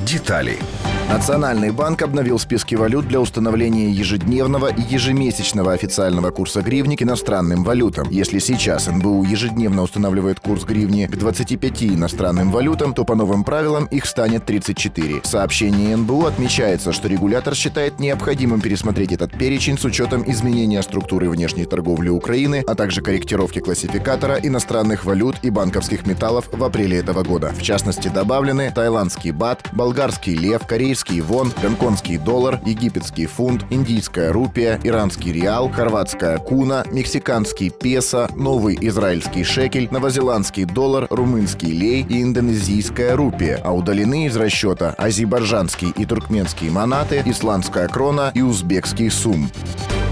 Детали. Национальный банк обновил списки валют для установления ежедневного и ежемесячного официального курса гривни к иностранным валютам. Если сейчас НБУ ежедневно устанавливает курс гривни к 25 иностранным валютам, то по новым правилам их станет 34. В сообщении НБУ отмечается, что регулятор считает необходимым пересмотреть этот перечень с учетом изменения структуры внешней торговли Украины, а также корректировки классификатора иностранных валют и банковских металлов в апреле этого года. В частности, добавлены тайландский бат, болгарский лев, корейский вон, гонконгский доллар, египетский фунт, индийская рупия, иранский реал, хорватская куна, мексиканский песо, новый израильский шекель, новозеландский доллар, румынский лей и индонезийская рупия, а удалены из расчета азербайджанский и туркменский манаты, исландская крона и узбекский сум.